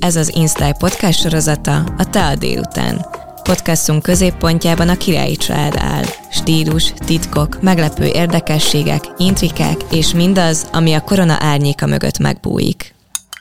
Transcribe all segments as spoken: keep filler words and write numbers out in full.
Ez az InStyle podcast sorozata, a Te a délután. Podcastunk középpontjában a királyi család áll. Stílus, titkok, meglepő érdekességek, intrikák és mindaz, ami a korona árnyéka mögött megbújik.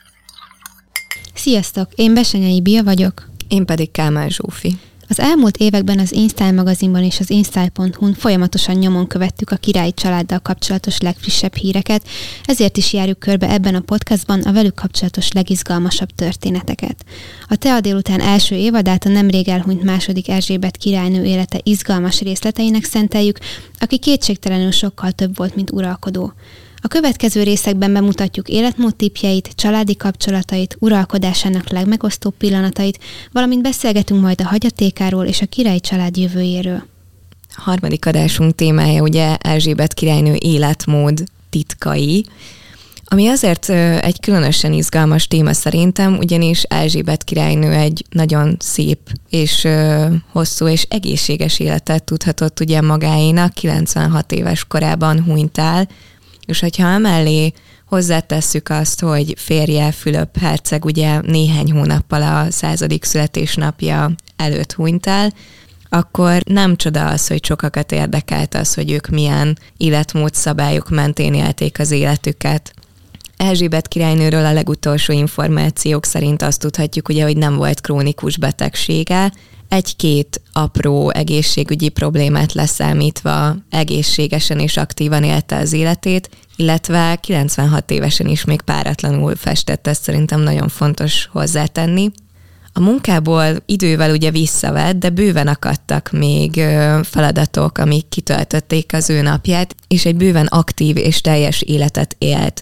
Sziasztok, én Besenyei Bia vagyok. Én pedig Kálmán Zsófi. Az elmúlt években az InStyle magazinban és az InStyle pont hu-n folyamatosan nyomon követtük a királyi családdal kapcsolatos legfrissebb híreket, ezért is járjuk körbe ebben a podcastban a velük kapcsolatos legizgalmasabb történeteket. A Te a délután első évadát a nemrég elhunyt második Erzsébet királynő élete izgalmas részleteinek szenteljük, aki kétségtelenül sokkal több volt, mint uralkodó. A következő részekben bemutatjuk életmód tippjeit, családi kapcsolatait, uralkodásának legmegosztóbb pillanatait, valamint beszélgetünk majd a hagyatékáról és a királyi család jövőjéről. A harmadik adásunk témája ugye Erzsébet királynő életmód titkai, ami azért egy különösen izgalmas téma szerintem, ugyanis Erzsébet királynő egy nagyon szép és hosszú és egészséges életet tudhatott ugye magáénak, kilencvenhat éves korában hunyt el, és hogyha emellé hozzátesszük azt, hogy férje Fülöp herceg ugye néhány hónappal a századik születésnapja előtt hunyt el, akkor nem csoda az, hogy sokakat érdekelt az, hogy ők milyen életmódszabályok mentén élték az életüket. Erzsébet királynőről a legutolsó információk szerint azt tudhatjuk, ugye, hogy nem volt krónikus betegsége, egy-két apró egészségügyi problémát leszámítva egészségesen és aktívan élte az életét, illetve kilencvenhat évesen is még páratlanul festett, ezt szerintem nagyon fontos hozzátenni. A munkából idővel ugye visszavett, de bőven akadtak még feladatok, amik kitöltötték az ő napját, és egy bőven aktív és teljes életet élt.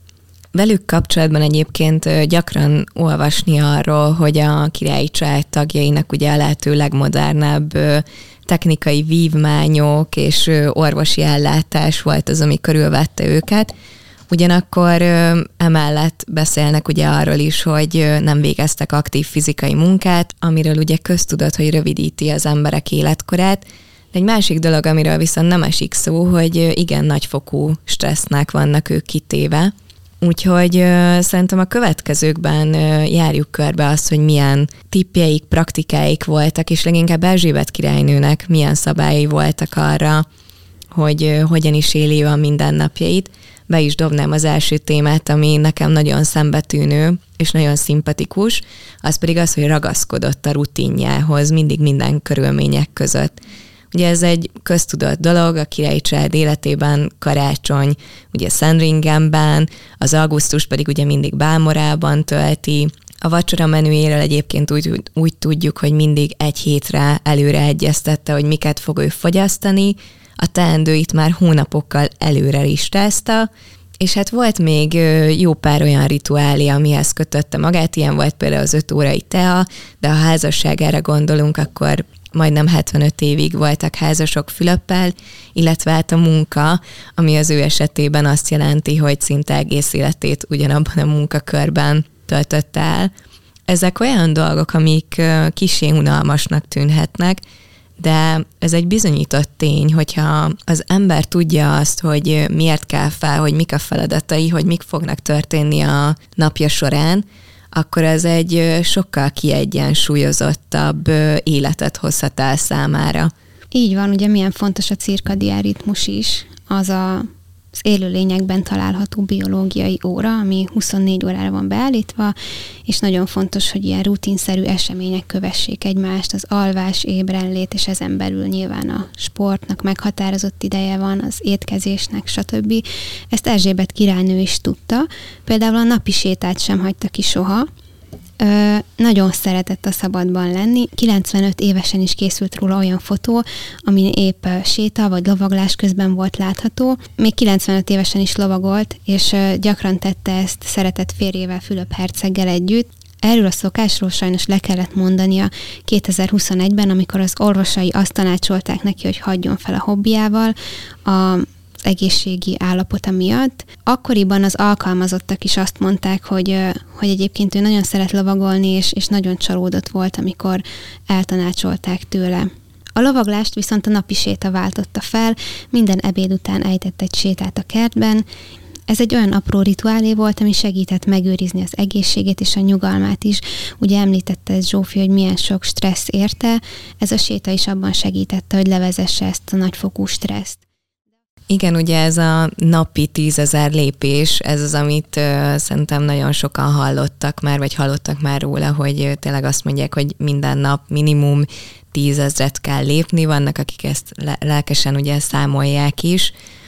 Velük kapcsolatban egyébként gyakran olvasni arról, hogy a királyi család tagjainak ugye a lehető legmodernebb technikai vívmányok és orvosi ellátás volt az, ami körülvette őket. Ugyanakkor emellett beszélnek ugye arról is, hogy nem végeztek aktív fizikai munkát, amiről ugye köztudott, hogy rövidíti az emberek életkorát. De egy másik dolog, amiről viszont nem esik szó, hogy igen nagyfokú stressznek vannak ők kitéve. Úgyhogy uh, szerintem a következőkben uh, járjuk körbe azt, hogy milyen tippjeik, praktikáik voltak, és leginkább Erzsébet királynőnek milyen szabályai voltak arra, hogy uh, hogyan is éli ő a mindennapjait. Be is dobnám az első témát, ami nekem nagyon szembetűnő, és nagyon szimpatikus, az pedig az, hogy ragaszkodott a rutinjához mindig minden körülmények között. Ugye ez egy köztudott dolog, a királyi család életében karácsony, ugye Sandringham-ben, az augusztus pedig ugye mindig Balmorában tölti. A vacsora menüjéről egyébként úgy, úgy tudjuk, hogy mindig egy hétre előre egyeztette, hogy miket fog ő fogyasztani, a teendőit már hónapokkal előre listázta, és hát volt még jó pár olyan rituálé, amihez kötötte magát, ilyen volt például az öt órai tea, de ha házasságára gondolunk, akkor majdnem hetvenöt évig voltak házasok Fülöppel, illetve hát a munka, ami az ő esetében azt jelenti, hogy szinte egész életét ugyanabban a munkakörben töltötte el. Ezek olyan dolgok, amik kissé unalmasnak tűnhetnek, de ez egy bizonyított tény, hogyha az ember tudja azt, hogy miért kell fel, hogy mik a feladatai, hogy mik fognak történni a napja során, akkor ez egy sokkal kiegyensúlyozottabb életet hozhat el számára. Így van, ugye milyen fontos a cirkadián ritmus is, az a az élőlényekben található biológiai óra, ami huszonnégy órára van beállítva, és nagyon fontos, hogy ilyen rutinszerű események kövessék egymást, az alvás, ébrenlét, és ezen belül nyilván a sportnak meghatározott ideje van, az étkezésnek, stb. Ezt Erzsébet királynő is tudta, például a napi sétát sem hagyta ki soha. Ö, nagyon szeretett a szabadban lenni. kilencvenöt évesen is készült róla olyan fotó, amin épp séta vagy lovaglás közben volt látható. Még kilencvenöt évesen is lovagolt, és gyakran tette ezt szeretett férjével, Fülöp herceggel együtt. Erről a szokásról sajnos le kellett mondania kétezer-huszonegyben, amikor az orvosai azt tanácsolták neki, hogy hagyjon fel a hobbiával, a egészségi állapota miatt. Akkoriban az alkalmazottak is azt mondták, hogy, hogy egyébként ő nagyon szeret lovagolni, és, és nagyon csalódott volt, amikor eltanácsolták tőle. A lovaglást viszont a napi séta váltotta fel, minden ebéd után ejtett egy sétát a kertben, Ez egy olyan apró rituálé volt, ami segített megőrizni az egészségét és a nyugalmát is. Ugye említette ez Zsófi, hogy milyen sok stressz érte, ez a séta is abban segítette, hogy levezesse ezt a nagyfokú stresszt. Igen, ugye ez a napi tízezer lépés, ez az, amit uh, szerintem nagyon sokan hallottak már, vagy hallottak már róla, hogy uh, tényleg azt mondják, hogy minden nap minimum tízezret kell lépni, vannak, akik ezt le- lelkesen ugye számolják is.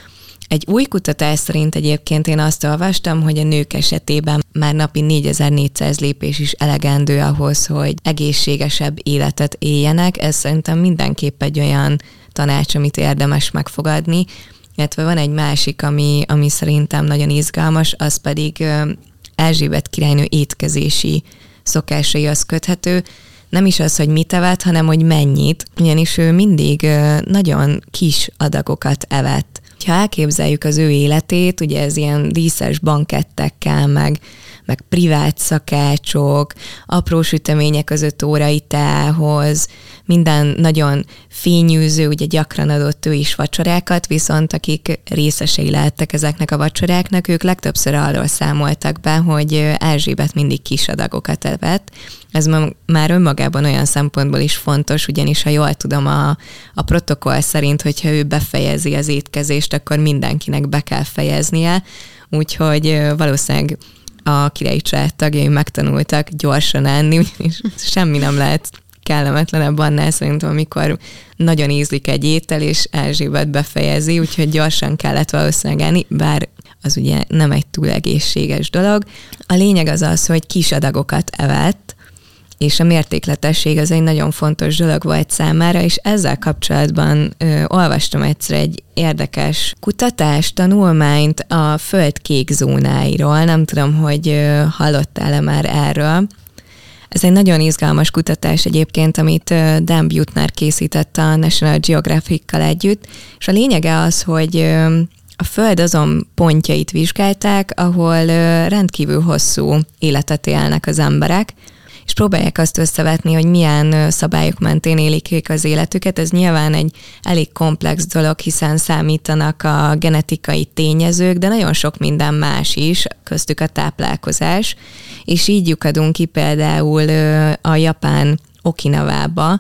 Egy új kutatás szerint egyébként én azt olvastam, hogy a nők esetében már napi négyezer-négyszáz lépés is elegendő ahhoz, hogy egészségesebb életet éljenek. Ez szerintem mindenképp egy olyan tanács, amit érdemes megfogadni. Illetve van egy másik, ami, ami szerintem nagyon izgalmas, az pedig Erzsébet királynő étkezési szokásaihoz köthető. Nem is az, hogy mit evett, hanem hogy mennyit, ugyanis ő mindig nagyon kis adagokat evett. Ha elképzeljük az ő életét, ugye ez ilyen díszes bankettekkel, meg, meg privát szakácsok, apró sütemények az öt órai teához, minden nagyon fényűző, ugye gyakran adott ő is vacsorákat, viszont akik részesei lehettek ezeknek a vacsoráknak, ők legtöbbször arról számoltak be, hogy Erzsébet mindig kis adagokat evett. Ez már önmagában olyan szempontból is fontos, ugyanis ha jól tudom, a, a protokoll szerint, hogyha ő befejezi az étkezést, akkor mindenkinek be kell fejeznie, úgyhogy valószínűleg a királyi család tagjai megtanultak gyorsan enni, ugyanis semmi nem lehet kellemetlenebb annál szerintem, amikor nagyon ízlik egy étel, és Erzsébet befejezi, úgyhogy gyorsan kellett valószínűleg enni, bár az ugye nem egy túl egészséges dolog. A lényeg az az, hogy kis adagokat evett, és a mértékletesség az egy nagyon fontos dolog volt számára, és ezzel kapcsolatban ö, olvastam egyszer egy érdekes kutatást, tanulmányt a Föld kék zónáiról, nem tudom, hogy ö, hallottál-e már erről. Ez egy nagyon izgalmas kutatás egyébként, amit ö, Dan Buettner készített a National Geographic-kal együtt, és a lényege az, hogy ö, a Föld azon pontjait vizsgálták, ahol ö, rendkívül hosszú életet élnek az emberek, és próbálják azt összevetni, hogy milyen szabályok mentén élik az életüket. Ez nyilván egy elég komplex dolog, hiszen számítanak a genetikai tényezők, de nagyon sok minden más is, köztük a táplálkozás, és így lyukadunk ki például a japán Okinavába,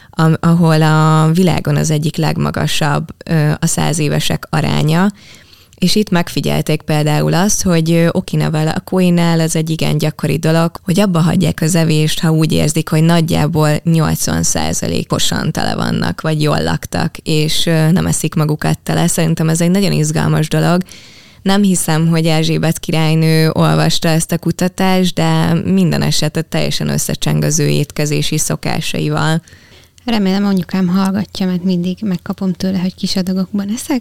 ahol a világon az egyik legmagasabb a száz évesek aránya, és itt megfigyelték például azt, hogy Okinawa lakóinál az egy igen gyakori dolog, hogy abba hagyják az evést, ha úgy érzik, hogy nagyjából nyolcvan százalékosan tele vannak, vagy jól laktak, és nem eszik magukat tele. Szerintem ez egy nagyon izgalmas dolog. Nem hiszem, hogy Erzsébet királynő olvasta ezt a kutatást, de minden esetre teljesen összecseng az ő étkezési szokásaival. Remélem anyukám hallgatja, mert mindig megkapom tőle, hogy kis adagokban eszek.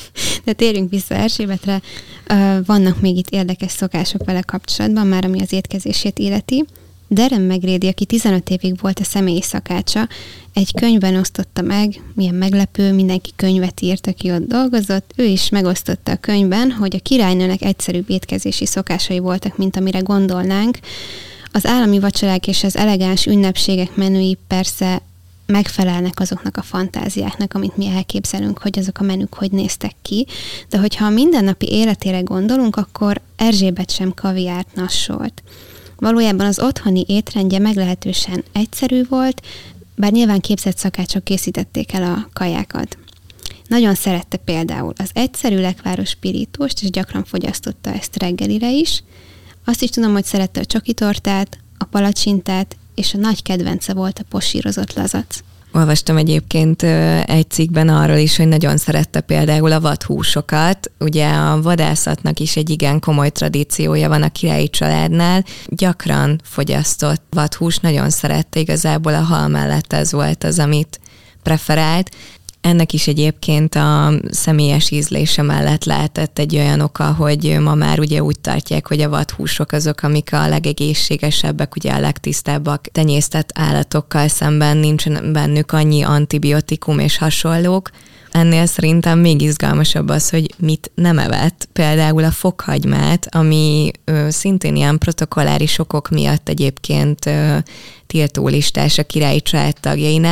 De térjünk vissza Erzsébetre. Vannak még itt érdekes szokások vele kapcsolatban, már ami az étkezését illeti. Darren McGrady, aki tizenöt évig volt a személyi szakácsa, egy könyvben osztotta meg, milyen meglepő, mindenki könyvet írt, aki ott dolgozott. Ő is megosztotta a könyvben, hogy a királynőnek egyszerűbb étkezési szokásai voltak, mint amire gondolnánk. Az állami vacsorák és az elegáns ünnepségek menüi persze megfelelnek azoknak a fantáziáknak, amit mi elképzelünk, hogy azok a menük hogy néztek ki, de hogyha a mindennapi életére gondolunk, akkor Erzsébet sem kaviárt nassolt. Valójában az otthoni étrendje meglehetősen egyszerű volt, bár nyilván képzett szakácsok készítették el a kajákat. Nagyon szerette például az egyszerű lekváros pirítóst, és gyakran fogyasztotta ezt reggelire is. Azt is tudom, hogy szerette a csokitortát, a palacsintát, és a nagy kedvence volt a posírozott lazac. Olvastam egyébként egy cikkben arról is, hogy nagyon szerette például a vadhúsokat. Ugye a vadászatnak is egy igen komoly tradíciója van a királyi családnál. Gyakran fogyasztott vadhús, nagyon szerette, igazából a hal mellett ez volt az, amit preferált. Ennek is egyébként a személyes ízlése mellett lehetett egy olyan oka, hogy ma már ugye úgy tartják, hogy a vadhúsok azok, amik a legegészségesebbek, ugye a legtisztábbak tenyésztett állatokkal szemben, nincsen bennük annyi antibiotikum és hasonlók. Ennél szerintem még izgalmasabb az, hogy mit nem evett. Például a fokhagymát, ami ö, szintén ilyen protokolláris okok miatt egyébként ö, tiltólistás a királyi család tagjainál.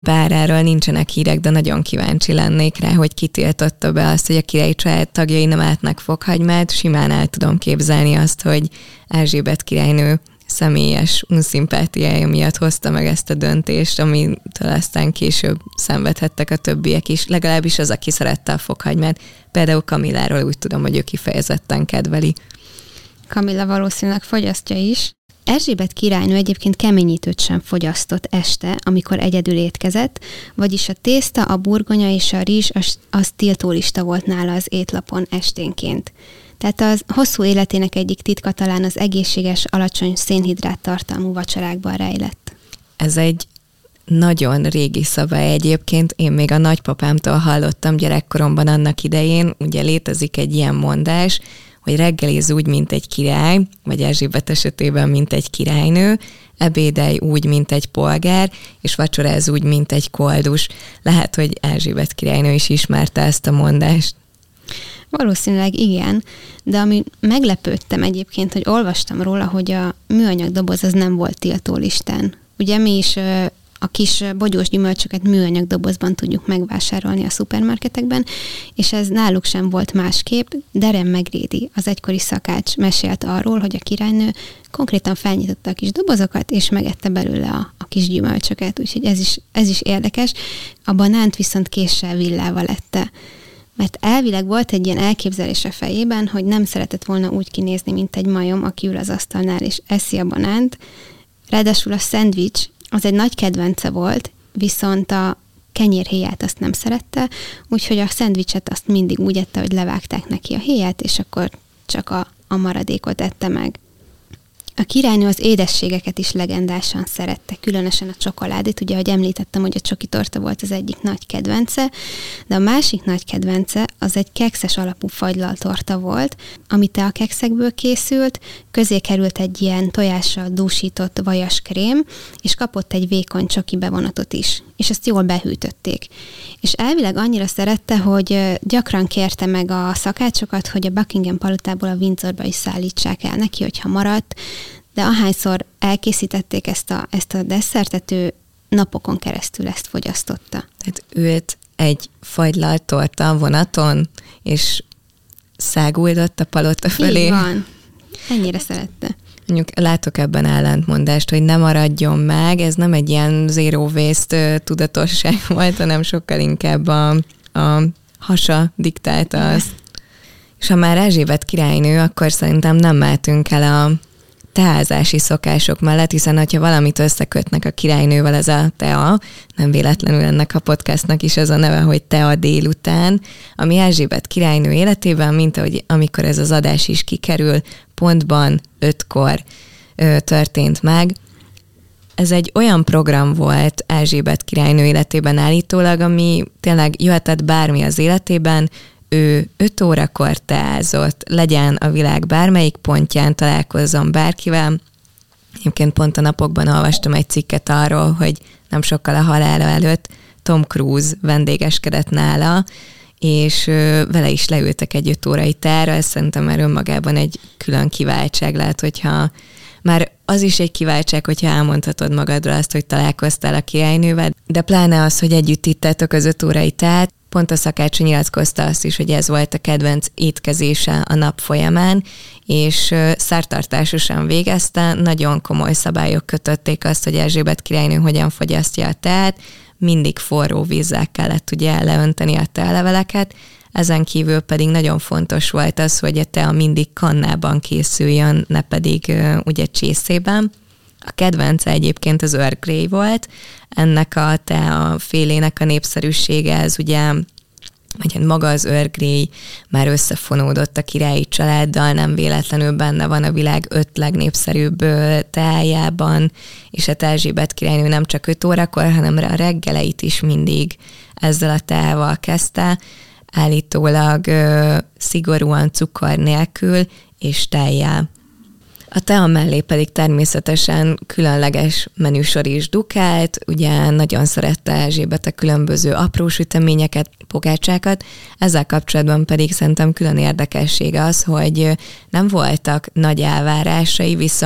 Bár erről nincsenek hírek, de nagyon kíváncsi lennék rá, hogy ki tiltotta be azt, hogy a királyi család tagjai nem átnak fokhagymát. Simán el tudom képzelni azt, hogy Erzsébet királynő személyes unszimpátiája miatt hozta meg ezt a döntést, amitől aztán később szenvedhettek a többiek is, legalábbis az, aki szerette a fokhagymát. Például Kamilláról úgy tudom, hogy ő kifejezetten kedveli. Kamilla valószínűleg fogyasztja is. Erzsébet királynő egyébként keményítőt sem fogyasztott este, amikor egyedül étkezett, vagyis a tészta, a burgonya és a rizs az, az tiltólista volt nála az étlapon esténként. Tehát az hosszú életének egyik titka talán az egészséges, alacsony szénhidrát tartalmú vacsorákban rejlett. Ez egy nagyon régi szabály egyébként. Én még a nagypapámtól hallottam gyerekkoromban annak idején, ugye létezik egy ilyen mondás, hogy reggelizz úgy, mint egy király, vagy Erzsébet esetében, mint egy királynő, ebédelj úgy, mint egy polgár, és vacsoráz úgy, mint egy koldus. Lehet, hogy Erzsébet királynő is ismerte ezt a mondást. Valószínűleg igen, de ami meglepődtem egyébként, hogy olvastam róla, hogy a műanyag doboz az nem volt tiltólistán. Ugye mi is a kis bogyós gyümölcsöket műanyag dobozban tudjuk megvásárolni a szupermarketekben, és ez náluk sem volt másképp. Darren McGrady, az egykori szakács mesélt arról, hogy a királynő konkrétan felnyitotta a kis dobozokat, és megette belőle a, a kis gyümölcsöket, úgyhogy ez is, ez is érdekes. A banánt viszont késsel villával ette. Mert elvileg volt egy ilyen elképzelés a fejében, hogy nem szeretett volna úgy kinézni, mint egy majom, aki ül az asztalnál és eszi a banánt. Ráadásul a szendvics az egy nagy kedvence volt, viszont a kenyérhéját azt nem szerette, úgyhogy a szendvicset azt mindig úgy ette, hogy levágták neki a héját, és akkor csak a, a maradékot ette meg. A királynő az édességeket is legendásan szerette, különösen a csokoládét. Ugye, ahogy említettem, hogy a csoki torta volt az egyik nagy kedvence, de a másik nagy kedvence az egy kekszes alapú fagylaltorta volt, ami a kekszekből készült, közé került egy ilyen tojással dúsított vajas krém, és kapott egy vékony csoki bevonatot is, és ezt jól behűtötték. És elvileg annyira szerette, hogy gyakran kérte meg a szakácsokat, hogy a Buckingham palotából a Windsorba is szállítsák el neki, hogyha maradt, de ahányszor elkészítették ezt a, ezt a desszertet, ő napokon keresztül ezt fogyasztotta. Tehát ült egy fagylalt torta vonaton, és száguldott a palota fölé. Így van. Ennyire szerette. Mondjuk látok ebben ellentmondást, hogy ne maradjon meg, ez nem egy ilyen zero waste tudatosság volt, hanem sokkal inkább a, a hasa diktálta azt. És ha már Erzsébet királynő, akkor szerintem nem mehetünk el a teázási szokások mellett, hiszen hogyha valamit összekötnek a királynővel, ez a tea, nem véletlenül ennek a podcastnak is az a neve, hogy tea délután, ami Erzsébet királynő életében, mint ahogy amikor ez az adás is kikerül, pontban ötkor ö, történt meg. Ez egy olyan program volt Erzsébet királynő életében állítólag, ami tényleg jöhetett bármi az életében, ő öt órakor teázott, legyen a világ bármelyik pontján, találkozzon bárkivel. Egyébként pont a napokban olvastam egy cikket arról, hogy nem sokkal a halála előtt Tom Cruise vendégeskedett nála, és vele is leültek egy öt órai teára, ez szerintem már önmagában egy külön kiváltság lehet, hogyha már az is egy kiváltság, hogyha elmondhatod magadra azt, hogy találkoztál a királynővel, de pláne az, hogy együtt ittátok az öt órai teát. Pont a szakács nyilatkozta azt is, hogy ez volt a kedvenc étkezése a nap folyamán, és szertartásosan végezte, nagyon komoly szabályok kötötték azt, hogy Erzsébet királynő hogyan fogyasztja a teát, mindig forró vízzel kellett ugye leönteni a tealeveleket, ezen kívül pedig nagyon fontos volt az, hogy a tea mindig kannában készüljön, ne pedig ugye csészében. A kedvence egyébként az Earl Grey volt, ennek a tea félének a népszerűsége, ez ugye, vagy maga az Earl Grey már összefonódott a királyi családdal, nem véletlenül benne van a világ öt legnépszerűbb teájában, és a Erzsébet királynő nem csak öt órakor, hanem a reggeleit is mindig ezzel a teával kezdte, állítólag ö, szigorúan cukor nélkül és tejjel. A tea mellé pedig természetesen különleges menüsor is dukált, ugye nagyon szerette Erzsébet a különböző apró süteményeket, pogácsákat, ezzel kapcsolatban pedig szerintem külön érdekesség az, hogy nem voltak nagy elvárásai, viszont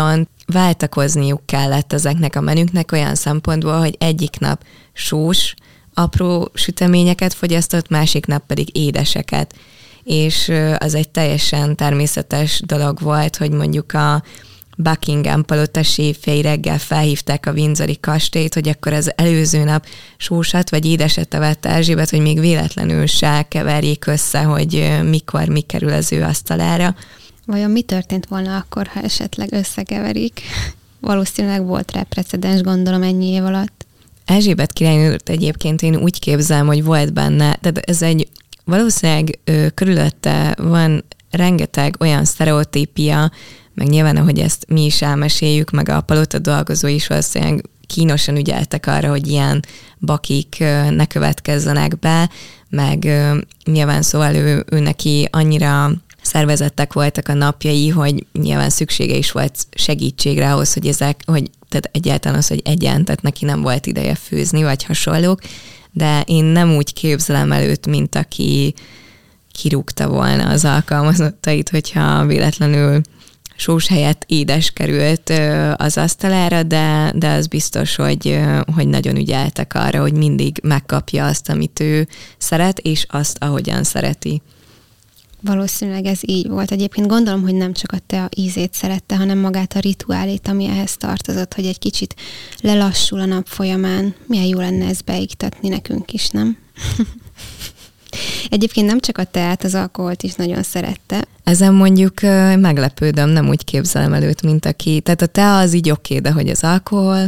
váltakozniuk kellett ezeknek a menüknek olyan szempontból, hogy egyik nap sós, apró süteményeket fogyasztott, másik nap pedig édeseket. És az egy teljesen természetes dolog volt, hogy mondjuk a Buckingham palota séfjei reggel felhívták a Windsori kastélyt, hogy akkor az előző nap sósat vagy édeset evett Erzsébet, hogy még véletlenül se keverjék össze, hogy mikor mi kerül az ő asztalára. Vajon mi történt volna akkor, ha esetleg összekeverik? Valószínűleg volt rá precedens, gondolom, ennyi év alatt. Erzsébet királynőt egyébként én úgy képzelem, hogy volt benne, de ez egy valószínűleg ö, körülötte van rengeteg olyan sztereotípia, meg nyilván, ahogy ezt mi is elmeséljük, meg a palota dolgozói is valószínűleg kínosan ügyeltek arra, hogy ilyen bakik ö, ne következzenek be, meg ö, nyilván szóval ő, ő neki annyira szervezettek voltak a napjai, hogy nyilván szüksége is volt segítségre ahhoz, hogy ezek, hogy tehát egyáltalán az, hogy egyen, tehát neki nem volt ideje főzni, vagy hasonlók, de én nem úgy képzelem el őt, mint aki kirúgta volna az alkalmazottait, hogyha véletlenül sós helyett édes került az asztalára, de, de az biztos, hogy, hogy nagyon ügyeltek arra, hogy mindig megkapja azt, amit ő szeret, és azt, ahogyan szereti. Valószínűleg ez így volt. Egyébként gondolom, hogy nem csak a tea ízét szerette, hanem magát a rituálét, ami ehhez tartozott, hogy egy kicsit lelassul a nap folyamán. Milyen jó lenne ezt beiktatni nekünk is, nem? Egyébként nem csak a teát, az alkoholt is nagyon szerette. Ezen mondjuk meglepődöm, nem úgy képzelem előtt, mint aki. Tehát a tea az így oké, de hogy az alkohol?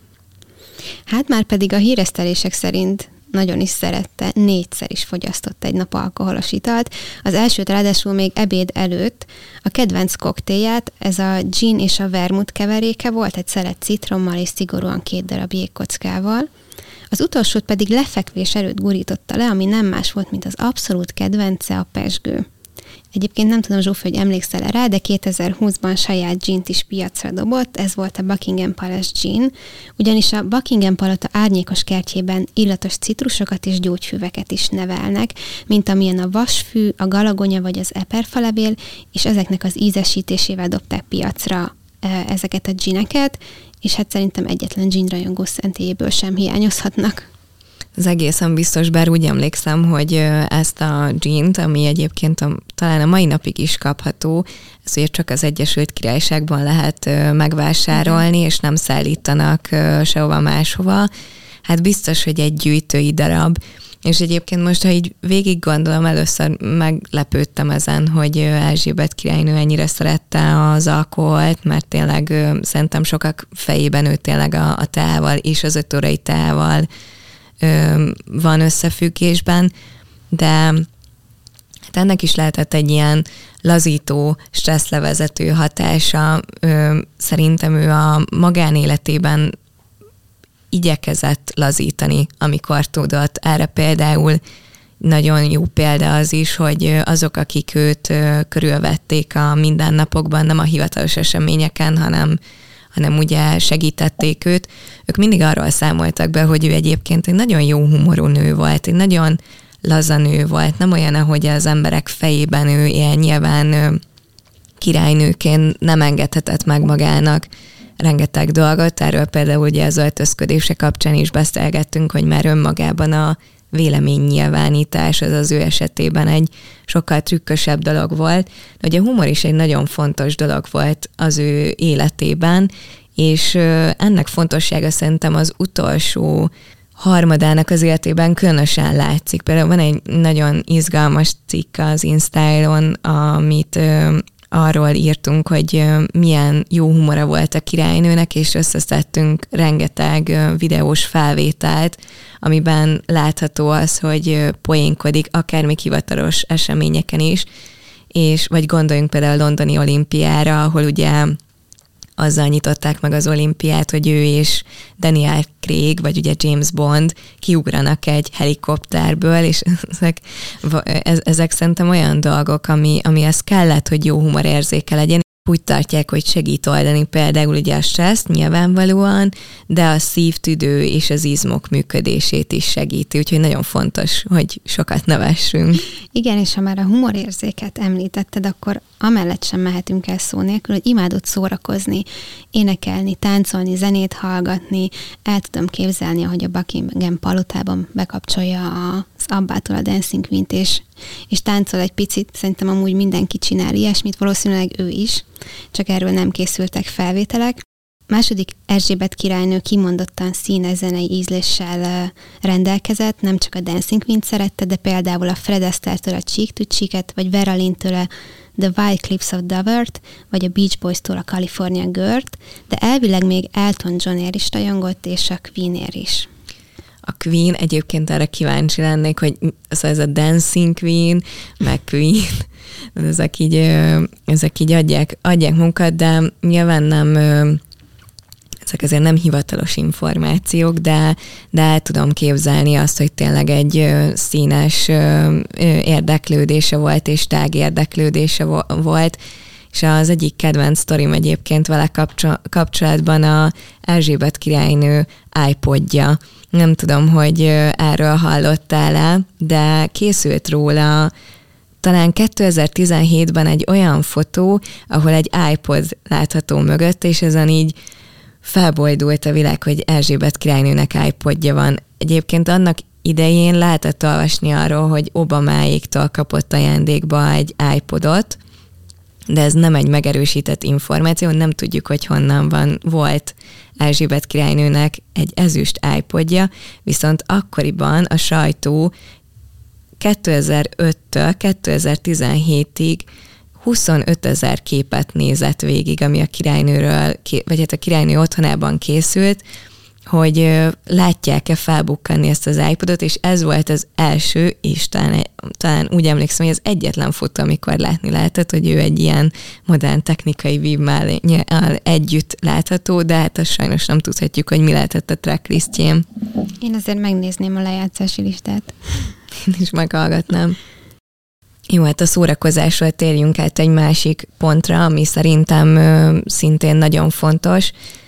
Hát már pedig a híresztelések szerint nagyon is szerette, négyszer is fogyasztott egy nap alkoholos italt. Az elsőt ráadásul még ebéd előtt a kedvenc koktélját, ez a gin és a vermut keveréke volt, egy szelet citrommal és szigorúan két darab jégkockával. Az utolsót pedig lefekvés előtt gurította le, ami nem más volt, mint az abszolút kedvence, a pezsgő. Egyébként nem tudom, Zsófi, hogy emlékszel-e rá, de kétezer-húszban saját gint is piacra dobott, ez volt a Buckingham Palace gin, ugyanis a Buckingham palota árnyékos kertjében illatos citrusokat és gyógyfüveket is nevelnek, mint amilyen a vasfű, a galagonya vagy az eperfalevél, és ezeknek az ízesítésével dobták piacra ezeket a gineket, és hát szerintem egyetlen gin rajongó szentélyéből sem hiányozhatnak. Az egészen biztos, bár úgy emlékszem, hogy ezt a gint, ami egyébként a, talán a mai napig is kapható, ez ugye csak az Egyesült Királyságban lehet megvásárolni, és nem szállítanak sehova máshova. Hát biztos, hogy egy gyűjtői darab, és egyébként most, ha így végig gondolom, először meglepődtem ezen, hogy Erzsébet királynő ennyire szerette az alkoholt, mert tényleg szerintem sokak fejében ő tényleg a, a teával és az öt órai teával van összefüggésben, de hát ennek is lehetett egy ilyen lazító, stresszlevezető hatása. Szerintem ő a magánéletében igyekezett lazítani, amikor tudott. Erre például nagyon jó példa az is, hogy azok, akik őt körülvették a mindennapokban, nem a hivatalos eseményeken, hanem hanem ugye segítették őt, ők mindig arról számoltak be, hogy ő egyébként egy nagyon jó humorú nő volt, egy nagyon laza nő volt, nem olyan, ahogy az emberek fejében ő ilyen nyilván királynőként nem engedhetett meg magának rengeteg dolgot, erről például ugye az öltözködése kapcsán is beszélgettünk, hogy már önmagában a véleménynyilvánítás az az ő esetében egy sokkal trükkösebb dolog volt, de ugye a humor is egy nagyon fontos dolog volt az ő életében, és ennek fontossága szerintem az utolsó harmadának az életében különösen látszik. Például van egy nagyon izgalmas cikk az InStyle-on, amit arról írtunk, hogy milyen jó humora volt a királynőnek, és összeszedtünk rengeteg videós felvételt, amiben látható az, hogy poénkodik, akár még hivatalos eseményeken is, és vagy gondoljunk például a londoni olimpiára, ahol ugye azzal nyitották meg az olimpiát, hogy ő és Daniel Craig, vagy ugye James Bond kiugranak egy helikopterből, és ezek, ezek szerintem olyan dolgok, ami, amihez kellett, hogy jó humorérzéke legyen. úgy tartják, hogy segít oldani például ugye a stresszt nyilvánvalóan, de a szívtüdő és az izmok működését is segíti, úgyhogy nagyon fontos, hogy sokat nevessünk. Igen, és ha már a humorérzéket említetted, akkor amellett sem mehetünk el szó nélkül, hogy imádod szórakozni, énekelni, táncolni, zenét hallgatni. El tudom képzelni, ahogy a Buckingham palotában bekapcsolja az Abbától a Dancing Queen-t, és, és táncol egy picit. Szerintem amúgy mindenki csinál ilyesmit, valószínűleg ő is, csak erről nem készültek felvételek. Második Erzsébet királynő kimondottan színes zenei ízléssel rendelkezett, nem csak a Dancing Queen-t szerette, de például a Fred Astaire-től a Cheek to Cheek-et, vagy Vera Lynn-től a The Wild Cliffs of Dover-t, vagy a Beach Boys-tól a California Girl-t, de elvileg még Elton Johnért is rajongott, és a Queenért is. A Queen, egyébként arra kíváncsi lennék, hogy az ez a Dancing Queen, meg Queen, ezek így, ezek így adják, adják munkat, de nyilván nem, ezek azért nem hivatalos információk, de, de el tudom képzelni azt, hogy tényleg egy színes érdeklődése volt, és tág érdeklődése volt, és az egyik kedvenc sztorim egyébként vele kapcsolatban a Erzsébet királynő iPodja. Nem tudom, hogy erről hallottál-e, de készült róla talán kétezer-tizenhétben egy olyan fotó, ahol egy iPod látható mögött, és ezen így felbojdult a világ, hogy Erzsébet királynőnek iPodja van. Egyébként annak idején lehetett olvasni arról, hogy Obamáéktól kapott ajándékba egy iPodot, de ez nem egy megerősített információ, nem tudjuk, hogy honnan van, volt Erzsébet királynőnek egy ezüst iPodja, viszont akkoriban a sajtó kétezer-öttől kétezer-tizenhétig huszonötezer képet nézett végig, ami a királynőről, vagy hát a királynő otthonában készült, hogy látják-e felbukkanni ezt az iPodot, és ez volt az első, és talán, talán úgy emlékszem, hogy az egyetlen fotó, amikor látni lehetett, hogy ő egy ilyen modern technikai vívmánnyal együtt látható, de hát azt sajnos nem tudhatjuk, hogy mi lehetett a tracklistjén. Én azért megnézném a lejátszási listát. Én is meghallgatnám. Jó, hát a szórakozásról térjünk át egy másik pontra, ami szerintem ö, szintén nagyon fontos.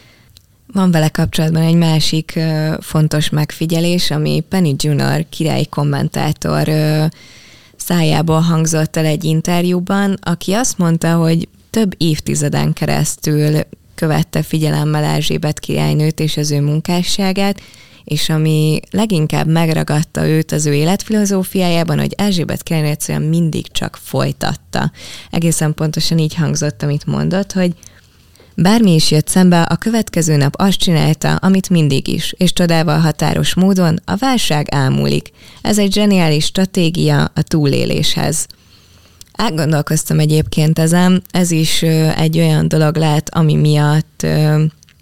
Van vele kapcsolatban egy másik ö, fontos megfigyelés, ami Penny Junor királyi kommentátor ö, szájából hangzott el egy interjúban, aki azt mondta, hogy több évtizeden keresztül követte figyelemmel Erzsébet királynőt és az ő munkásságát, és ami leginkább megragadta őt az ő életfilozófiájában, hogy Erzsébet királynő egyszerűen mindig csak folytatta. Egészen pontosan így hangzott, amit mondott, hogy bármi is jött szembe, a következő nap azt csinálta, amit mindig is, és csodával határos módon a válság elmúlik. Ez egy zseniális stratégia a túléléshez. Elgondolkoztam egyébként ezen, ez is ö, egy olyan dolog lehet, ami miatt ö,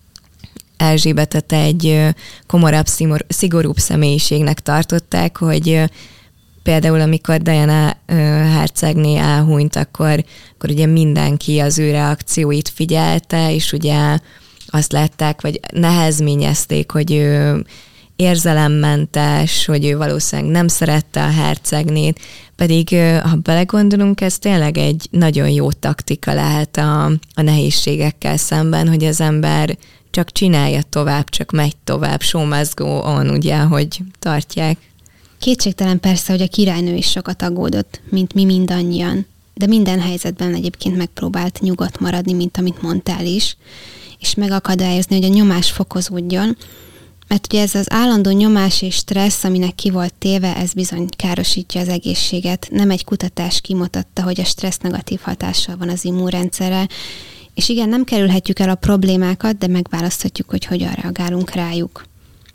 Erzsébetet egy komorabb, szigorúbb személyiségnek tartották, hogy például amikor Diana hercegné elhunyt, akkor, akkor ugye mindenki az ő reakcióit figyelte, és ugye azt látták, vagy nehezményezték, hogy ő érzelemmentes, hogy ő valószínűleg nem szerette a hercegnét, pedig ha belegondolunk, ez tényleg egy nagyon jó taktika lehet a, a nehézségekkel szemben, hogy az ember csak csinálja tovább, csak megy tovább, show must go on, ugye, hogy tartják. Kétségtelen persze, hogy a királynő is sokat aggódott, mint mi mindannyian, de minden helyzetben egyébként megpróbált nyugodt maradni, mint amit mondtál is, és megakadályozni, hogy a nyomás fokozódjon, mert ugye ez az állandó nyomás és stressz, aminek ki volt téve, ez bizony károsítja az egészséget. Nem egy kutatás kimutatta, hogy a stressz negatív hatással van az immunrendszerre, és igen, nem kerülhetjük el a problémákat, de megválaszthatjuk, hogy hogyan reagálunk rájuk.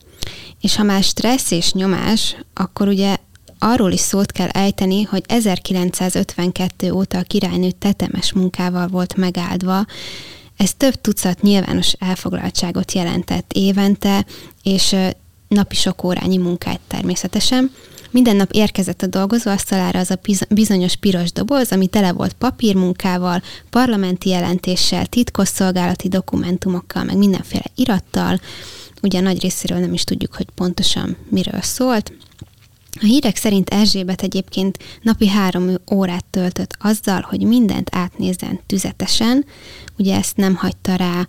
És ha már stressz és nyomás, akkor ugye arról is szót kell ejteni, hogy ezerkilencszázötvenkettő óta a királynő tetemes munkával volt megáldva. Ez több tucat nyilvános elfoglaltságot jelentett évente, és napi sok órányi munkát természetesen. Minden nap érkezett a dolgozóasztalára az a bizonyos piros doboz, ami tele volt papírmunkával, parlamenti jelentéssel, titkosszolgálati dokumentumokkal, meg mindenféle irattal. Ugye nagy részéről nem is tudjuk, hogy pontosan miről szólt. A hírek szerint Erzsébet egyébként napi három órát töltött azzal, hogy mindent átnézzen tüzetesen, ugye ezt nem hagyta rá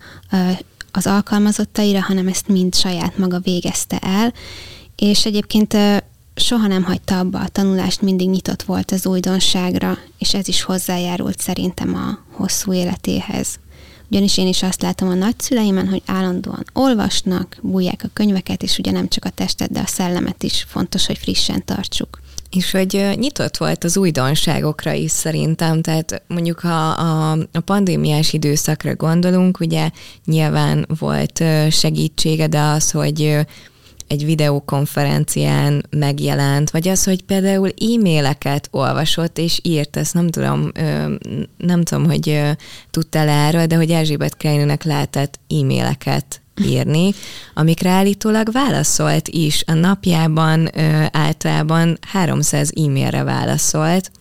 az alkalmazottaira, hanem ezt mind saját maga végezte el, és egyébként soha nem hagyta abba a tanulást, mindig nyitott volt az újdonságra, és ez is hozzájárult szerintem a hosszú életéhez. Ugyanis én is azt látom a nagyszüleimen, hogy állandóan olvasnak, bújják a könyveket, és ugye nem csak a testet, de a szellemet is fontos, hogy frissen tartsuk. És hogy nyitott volt az újdonságokra is szerintem, tehát mondjuk ha a, a pandémiás időszakra gondolunk, ugye nyilván volt segítsége, de az, hogy egy videokonferencián megjelent, vagy az, hogy például e-maileket olvasott és írt, ezt nem tudom, nem tudom, hogy tudtál erről, de hogy Erzsébet királynőnek lehetett e-maileket írni, amikre állítólag válaszolt is. A napjában általában háromszáz e-mailre válaszolt,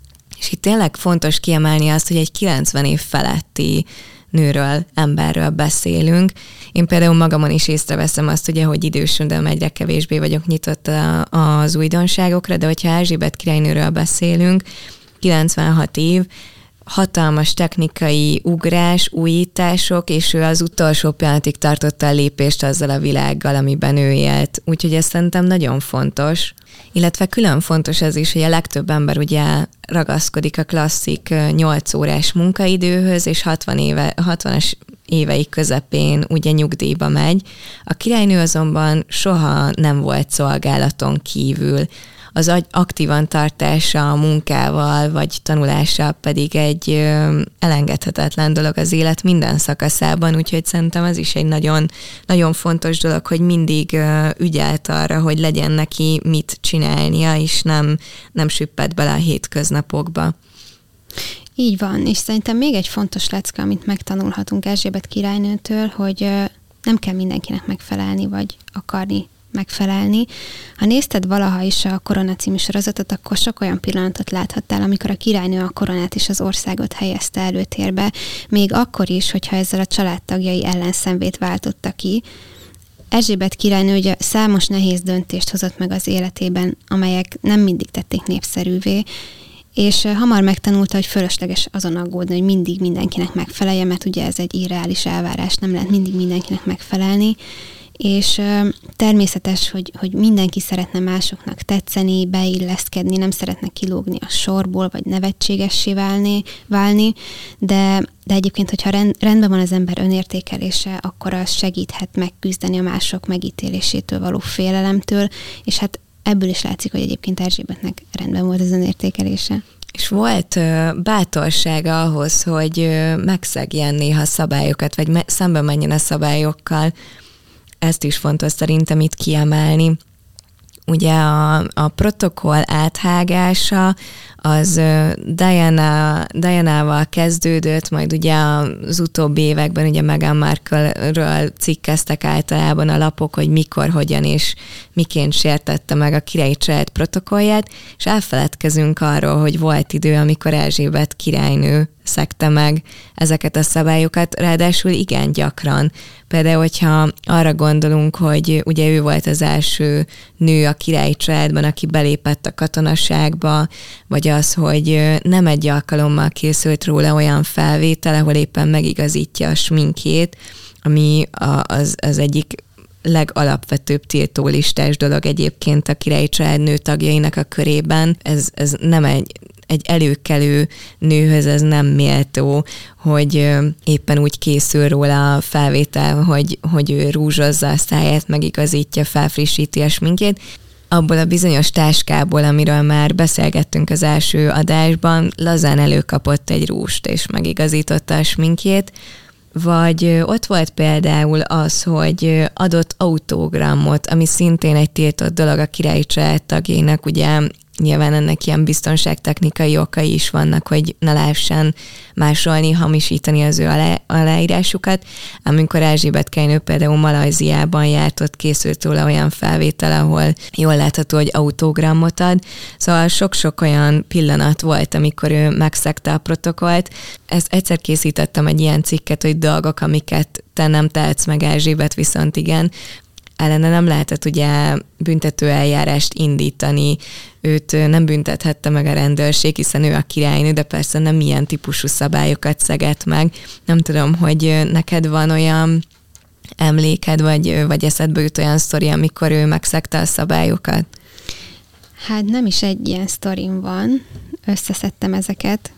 és itt tényleg fontos kiemelni azt, hogy egy kilencven év feletti nőről, emberről beszélünk. Én például magamon is észreveszem azt, ugye, hogy idősödöm, egyre kevésbé vagyok nyitott az újdonságokra, de hogyha Erzsébet királynőről beszélünk, kilencvenhat év, hatalmas technikai ugrás, újítások, és ő az utolsó pillanatig tartotta a lépést azzal a világgal, amiben ő élt. Úgyhogy ez szerintem nagyon fontos. Illetve külön fontos ez is, hogy a legtöbb ember ugye ragaszkodik a klasszik nyolc órás munkaidőhöz, és hatvan éve, hatvanas évei közepén ugye nyugdíjba megy. A királynő azonban soha nem volt szolgálaton kívül. Az aktívan tartása a munkával, vagy tanulással pedig egy ö, elengedhetetlen dolog az élet minden szakaszában, úgyhogy szerintem ez is egy nagyon, nagyon fontos dolog, hogy mindig ö, ügyelt arra, hogy legyen neki mit csinálnia, és nem, nem süpped bele a hétköznapokba. Így van, és szerintem még egy fontos lecke, amit megtanulhatunk Erzsébet királynőtől, hogy ö, nem kell mindenkinek megfelelni, vagy akarni megfelelni. Ha nézted valaha is a Korona című sorozatot, akkor sok olyan pillanatot láthattál, amikor a királynő a koronát és az országot helyezte előtérbe, még akkor is, hogyha ezzel a családtagjai ellenszenvét váltotta ki. Erzsébet királynő ugye számos nehéz döntést hozott meg az életében, amelyek nem mindig tették népszerűvé, és hamar megtanulta, hogy fölösleges azon aggódni, hogy mindig mindenkinek megfelelje, mert ugye ez egy irreális elvárás, nem lehet mindig mindenkinek megfelelni, és természetes, hogy, hogy mindenki szeretne másoknak tetszeni, beilleszkedni, nem szeretne kilógni a sorból, vagy nevetségessé válni, válni, de, de egyébként, hogyha rend, rendben van az ember önértékelése, akkor az segíthet megküzdeni a mások megítélésétől való félelemtől, és hát ebből is látszik, hogy egyébként Erzsébetnek rendben volt az önértékelése. És volt ö, bátorsága ahhoz, hogy ö, megszegjen néha szabályokat, vagy me- szembe menjen a szabályokkal. Ezt is fontos szerintem itt kiemelni. Ugye a, a protokoll áthágása az Diana, Diana-val kezdődött, majd ugye az utóbbi években ugye Meghan Markle-ről cikkeztek általában a lapok, hogy mikor, hogyan és miként sértette meg a királyi család protokollját, és elfeledkezünk arról, hogy volt idő, amikor Erzsébet királynő szegte meg ezeket a szabályokat, ráadásul igen gyakran. Például, hogyha arra gondolunk, hogy ugye ő volt az első nő a királyi családban, aki belépett a katonaságba, vagy az, hogy nem egy alkalommal készült róla olyan felvétel, ahol éppen megigazítja a sminkjét, ami az, az egyik legalapvetőbb tiltólistás dolog egyébként a királyi család nőtagjainak a körében. Ez, ez nem egy egy előkelő nőhöz ez nem méltó, hogy éppen úgy készül róla a felvétel, hogy, hogy ő rúzsozza a száját, megigazítja, felfrissíti a sminkjét. Abból a bizonyos táskából, amiről már beszélgettünk az első adásban, lazán előkapott egy rúst, és megigazította a sminkjét. Vagy ott volt például az, hogy adott autógramot, ami szintén egy tiltott dolog a királyi család tagjainak, ugye nyilván ennek ilyen biztonságtechnikai okai is vannak, hogy ne lehessen másolni, hamisítani az ő alá, aláírásukat. Amikor Erzsébet királynő például Malajziában járt, ott készült róla olyan felvétel, ahol jól látható, hogy autogramot ad. Szóval sok-sok olyan pillanat volt, amikor ő megszegte a protokollt. Ezt egyszer készítettem egy ilyen cikket, hogy dolgok, amiket te nem tehetsz meg, Erzsébet viszont igen. ellene nem lehetett ugye büntető eljárást indítani, őt nem büntethette meg a rendőrség, hiszen ő a királynő, de persze nem ilyen típusú szabályokat szegett meg. Nem tudom, hogy neked van olyan emléked, vagy, vagy eszedbe jut olyan sztori, amikor ő megszegte a szabályokat? Hát nem is egy ilyen sztorim van, összeszedtem ezeket,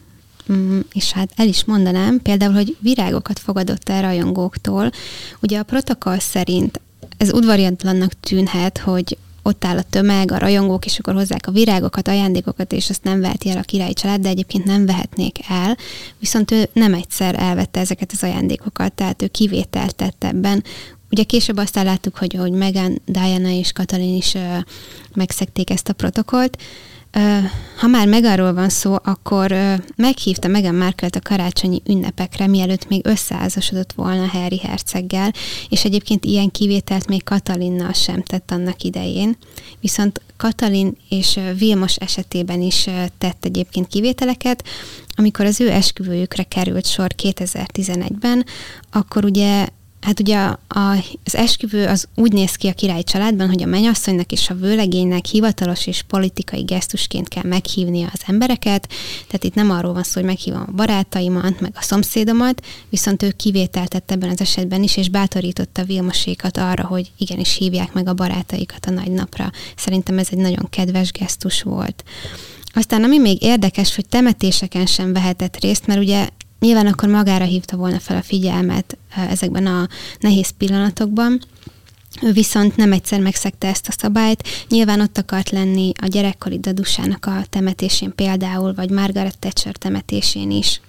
és hát el is mondanám, például, hogy virágokat fogadott el rajongóktól. Ugye a protokoll szerint ez udvariatlannak tűnhet, hogy ott áll a tömeg, a rajongók, és akkor hozzák a virágokat, ajándékokat, és azt nem veheti el a királyi család, de egyébként nem vehetnék el. Viszont ő nem egyszer elvette ezeket az ajándékokat, tehát ő kivételt tett ebben. Ugye később aztán láttuk, hogy, hogy Meghan, Diana és Katalin is uh, megszegték ezt a protokollt. Uh, ha már Meghanról van szó, akkor uh, meghívta Meghan Markle-t a karácsonyi ünnepekre, mielőtt még összeházasodott volna Harry herceggel, és egyébként ilyen kivételt még Katalinnal sem tett annak idején. Viszont Katalin és uh, Vilmos esetében is uh, tett egyébként kivételeket. Amikor az ő esküvőjükre került sor kétezer-tizenegyben, akkor ugye Hát ugye a, a, az esküvő az úgy néz ki a királyi családban, hogy a mennyasszonynak és a vőlegénynek hivatalos és politikai gesztusként kell meghívnia az embereket, tehát itt nem arról van szó, hogy meghívom a barátaimat, meg a szomszédomat, viszont ő kivételt tett ebben az esetben is, és bátorította Vilmosékat arra, hogy igenis hívják meg a barátaikat a nagy napra. Szerintem ez egy nagyon kedves gesztus volt. Aztán ami még érdekes, hogy temetéseken sem vehetett részt, mert ugye nyilván akkor magára hívta volna fel a figyelmet ezekben a nehéz pillanatokban. Ő viszont nem egyszer megszegte ezt a szabályt. Nyilván ott akart lenni a gyerekkori dadusának a temetésén például, vagy Margaret Thatcher temetésén is.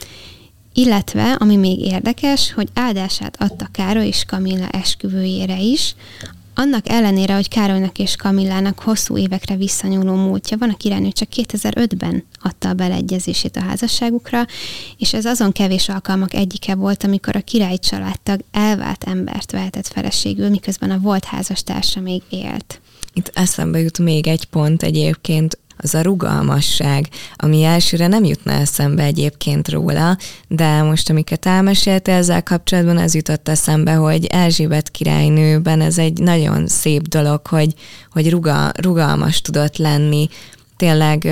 Illetve, ami még érdekes, hogy áldását adta Károly és Kamilla esküvőjére is, annak ellenére, hogy Károlynak és Kamillának hosszú évekre visszanyúló múltja van, a királynő csak kétezer-ötben adta a beleegyezését a házasságukra, és ez azon kevés alkalmak egyike volt, amikor a királyi családtag elvált embert vehetett feleségül, miközben a volt házastársa még élt. Itt eszembe jut még egy pont egyébként, az a rugalmasság, ami elsőre nem jutna eszembe egyébként róla, de most, amiket elmesélte ezzel kapcsolatban, az jutott eszembe, hogy Erzsébet királynőben ez egy nagyon szép dolog, hogy, hogy rugal, rugalmas tudott lenni. Tényleg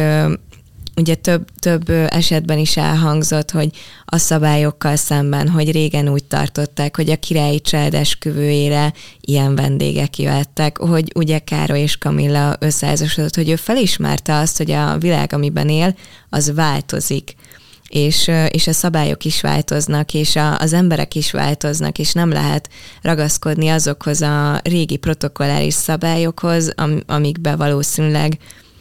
ugye több, több esetben is elhangzott, hogy a szabályokkal szemben, hogy régen úgy tartották, hogy a királyi család esküvőjére ilyen vendégek jöttek, hogy ugye Károly és Kamilla összeházasodott, hogy ő felismerte azt, hogy a világ, amiben él, az változik. És, és a szabályok is változnak, és a, az emberek is változnak, és nem lehet ragaszkodni azokhoz a régi protokolláris szabályokhoz, am, amikbe valószínűleg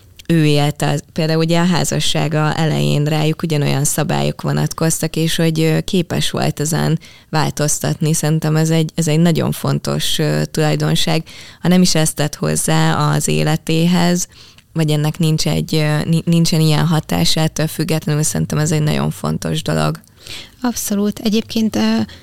ő élte. Például ugye a házassága elején rájuk ugyanolyan szabályok vonatkoztak, és hogy képes volt ezen változtatni. Szerintem ez egy, ez egy nagyon fontos tulajdonság. Ha nem is ezt tett hozzá az életéhez, vagy ennek nincs egy, nincsen ilyen hatásától függetlenül, szerintem ez egy nagyon fontos dolog. Abszolút. Egyébként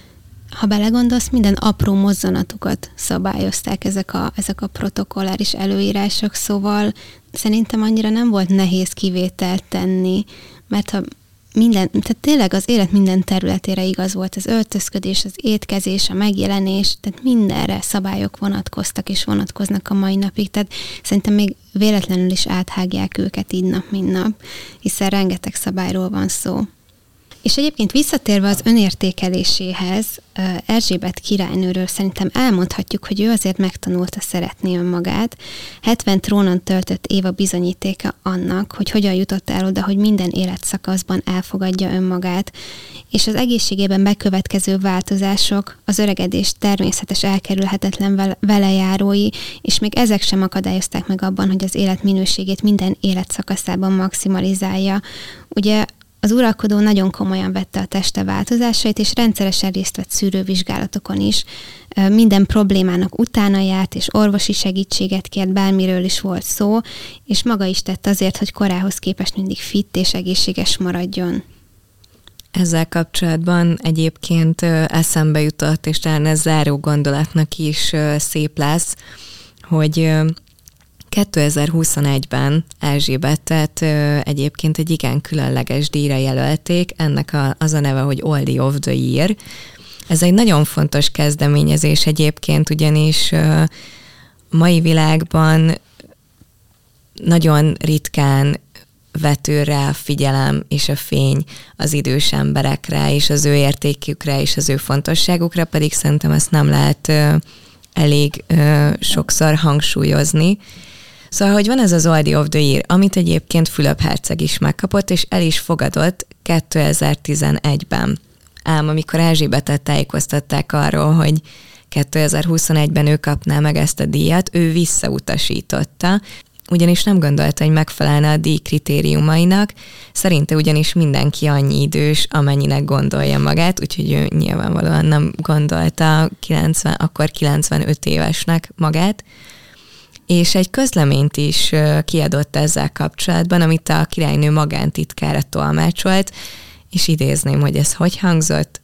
ha belegondolsz, minden apró mozzanatukat szabályozták ezek a, ezek a protokolláris előírások, szóval szerintem annyira nem volt nehéz kivételt tenni, mert ha minden, tehát tényleg az élet minden területére igaz volt, az öltözködés, az étkezés, a megjelenés, tehát mindenre szabályok vonatkoztak és vonatkoznak a mai napig, tehát szerintem még véletlenül is áthágják őket így nap, mint nap, hiszen rengeteg szabályról van szó. És egyébként visszatérve az önértékeléséhez, Erzsébet királynőről szerintem elmondhatjuk, hogy ő azért megtanulta szeretni önmagát. hetven trónon töltött év a bizonyítéka annak, hogy hogyan jutott el oda, hogy minden életszakaszban elfogadja önmagát, és az egészségében bekövetkező változások, az öregedés természetes elkerülhetetlen velejárói, és még ezek sem akadályozták meg abban, hogy az élet minőségét minden életszakaszában maximalizálja. Ugye az uralkodó nagyon komolyan vette a teste változásait, és rendszeresen részt vett szűrővizsgálatokon is. Minden problémának utána járt, és orvosi segítséget kért, bármiről is volt szó, és maga is tett azért, hogy korához képest mindig fit és egészséges maradjon. Ezzel kapcsolatban egyébként eszembe jutott, és talán ez záró gondolatnak is szép lesz, hogy kétezer-huszonegyben Erzsébetet egyébként egy igen különleges díjra jelölték, ennek a, az a neve, hogy Oldie of the Year, Ez egy nagyon fontos kezdeményezés egyébként, ugyanis a mai világban nagyon ritkán vetül rá a figyelem és a fény az idős emberekre, és az ő értékükre, és az ő fontosságukra, pedig szerintem ezt nem lehet elég sokszor hangsúlyozni. Szóval, hogy van ez az Oldie of the Year, amit egyébként Fülöp herceg is megkapott, és el is fogadott kétezer-tizenegyben. Ám amikor Erzsébetet tájékoztatták arról, hogy kétezer-huszonegyben ő kapná meg ezt a díjat, ő visszautasította, ugyanis nem gondolta, hogy megfelelne a díj kritériumainak, szerinte ugyanis mindenki annyi idős, amennyinek gondolja magát, úgyhogy ő nyilvánvalóan nem gondolta kilencven, akkor kilencvenöt évesnek magát, és egy közleményt is kiadott ezzel kapcsolatban, amit a királynő magántitkára tolmácsolt, és idézném, hogy ez hogy hangzott.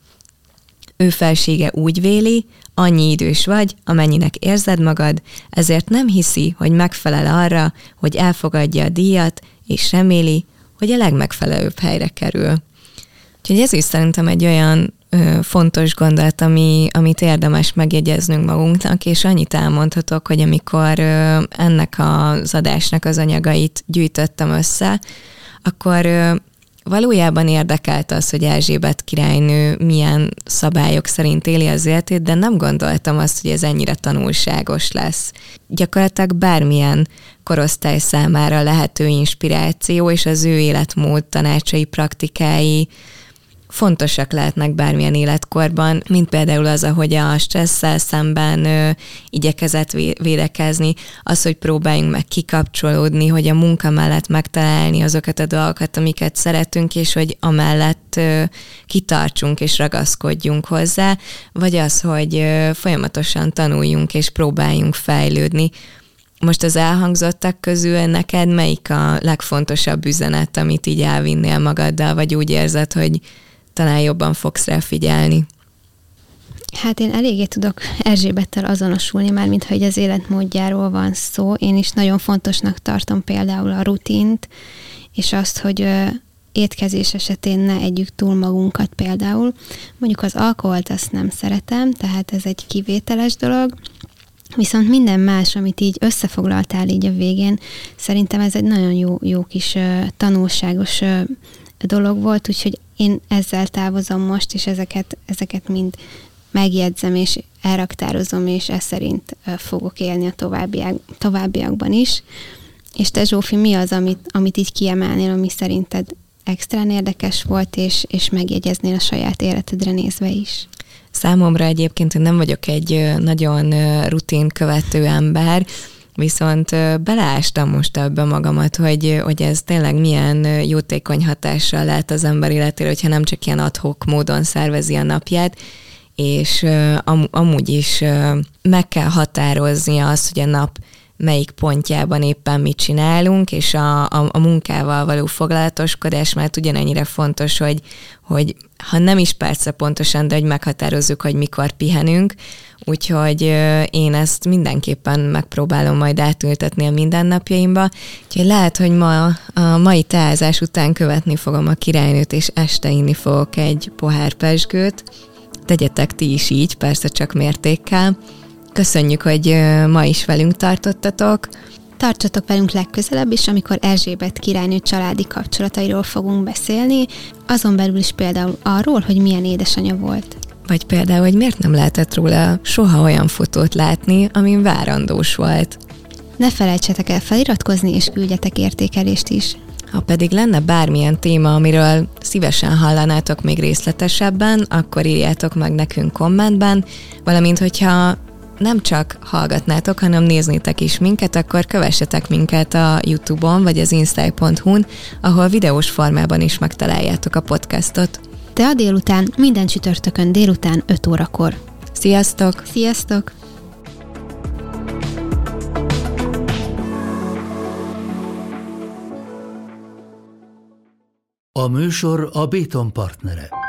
Ő felsége úgy véli, annyi idős vagy, amennyinek érzed magad, ezért nem hiszi, hogy megfelel arra, hogy elfogadja a díjat, és reméli, hogy a legmegfelelőbb helyre kerül. Úgyhogy ez is szerintem egy olyan ö, fontos gondolat, ami, amit érdemes megjegyeznünk magunknak, és annyit elmondhatok, hogy amikor ö, ennek az adásnak az anyagait gyűjtöttem össze, akkor ö, valójában érdekelt az, hogy Erzsébet királynő milyen szabályok szerint éli az életét, de nem gondoltam azt, hogy ez ennyire tanulságos lesz. Gyakorlatilag bármilyen korosztály számára lehető inspiráció, és az ő életmód tanácsai, praktikái fontosak lehetnek bármilyen életkorban, mint például az, ahogy a stresszel szemben ö, igyekezett védekezni, az, hogy próbáljunk meg kikapcsolódni, hogy a munka mellett megtalálni azokat a dolgokat, amiket szeretünk, és hogy amellett ö, kitartsunk és ragaszkodjunk hozzá, vagy az, hogy ö, folyamatosan tanuljunk és próbáljunk fejlődni. Most az elhangzottak közül neked melyik a legfontosabb üzenet, amit így elvinnél magaddal, vagy úgy érzed, hogy talán jobban fogsz rá figyelni? Hát én eléggé tudok Erzsébettel azonosulni, már mintha egy az életmódjáról van szó. Én is nagyon fontosnak tartom például a rutint, és azt, hogy ö, étkezés esetén ne együk túl magunkat például. Mondjuk az alkoholt azt nem szeretem, tehát ez egy kivételes dolog, viszont minden más, amit így összefoglaltál így a végén, szerintem ez egy nagyon jó, jó kis ö, tanulságos ö, dolog volt, úgyhogy én ezzel távozom most, és ezeket, ezeket mind megjegyzem, és elraktározom, és ez szerint fogok élni a továbbiak, továbbiakban is. És te, Zsófi, mi az, amit, amit így kiemelnél, ami szerinted extrán érdekes volt, és, és megjegyeznél a saját életedre nézve is? Számomra egyébként nem vagyok egy nagyon rutin követő ember, viszont beleástam most ebbe magamat, hogy, hogy ez tényleg milyen jótékony hatással lehet az ember életére, hogyha nem csak ilyen ad-hoc módon szervezi a napját, és am, amúgy is meg kell határoznia azt, hogy a nap melyik pontjában éppen mit csinálunk, és a, a, a munkával való foglalatoskodás, mert ugyanennyire fontos, hogy, hogy ha nem is persze pontosan, de hogy meghatározzuk, hogy mikor pihenünk, úgyhogy én ezt mindenképpen megpróbálom majd átültetni a mindennapjaimba, úgyhogy lehet, hogy ma a mai teázás után követni fogom a királynőt, és este inni fogok egy pohár pezsgőt. Tegyetek ti is így, persze csak mértékkel. Köszönjük, hogy ma is velünk tartottatok. Tartsatok velünk legközelebb is, amikor Erzsébet királynő családi kapcsolatairól fogunk beszélni, azon belül is például arról, hogy milyen édesanyja volt. Vagy például, hogy miért nem lehetett róla soha olyan fotót látni, amin várandós volt. Ne felejtsetek el feliratkozni, és küldjetek értékelést is. Ha pedig lenne bármilyen téma, amiről szívesen hallanátok még részletesebben, akkor írjátok meg nekünk kommentben, valamint hogyha nem csak hallgatnátok, hanem néznétek is minket, akkor kövessetek minket a YouTube-on, vagy az insta pont hu-n, ahol videós formában is megtaláljátok a podcastot. De a délután minden csütörtökön délután öt órakor. Sziasztok! Sziasztok! A műsor a Béton partnere.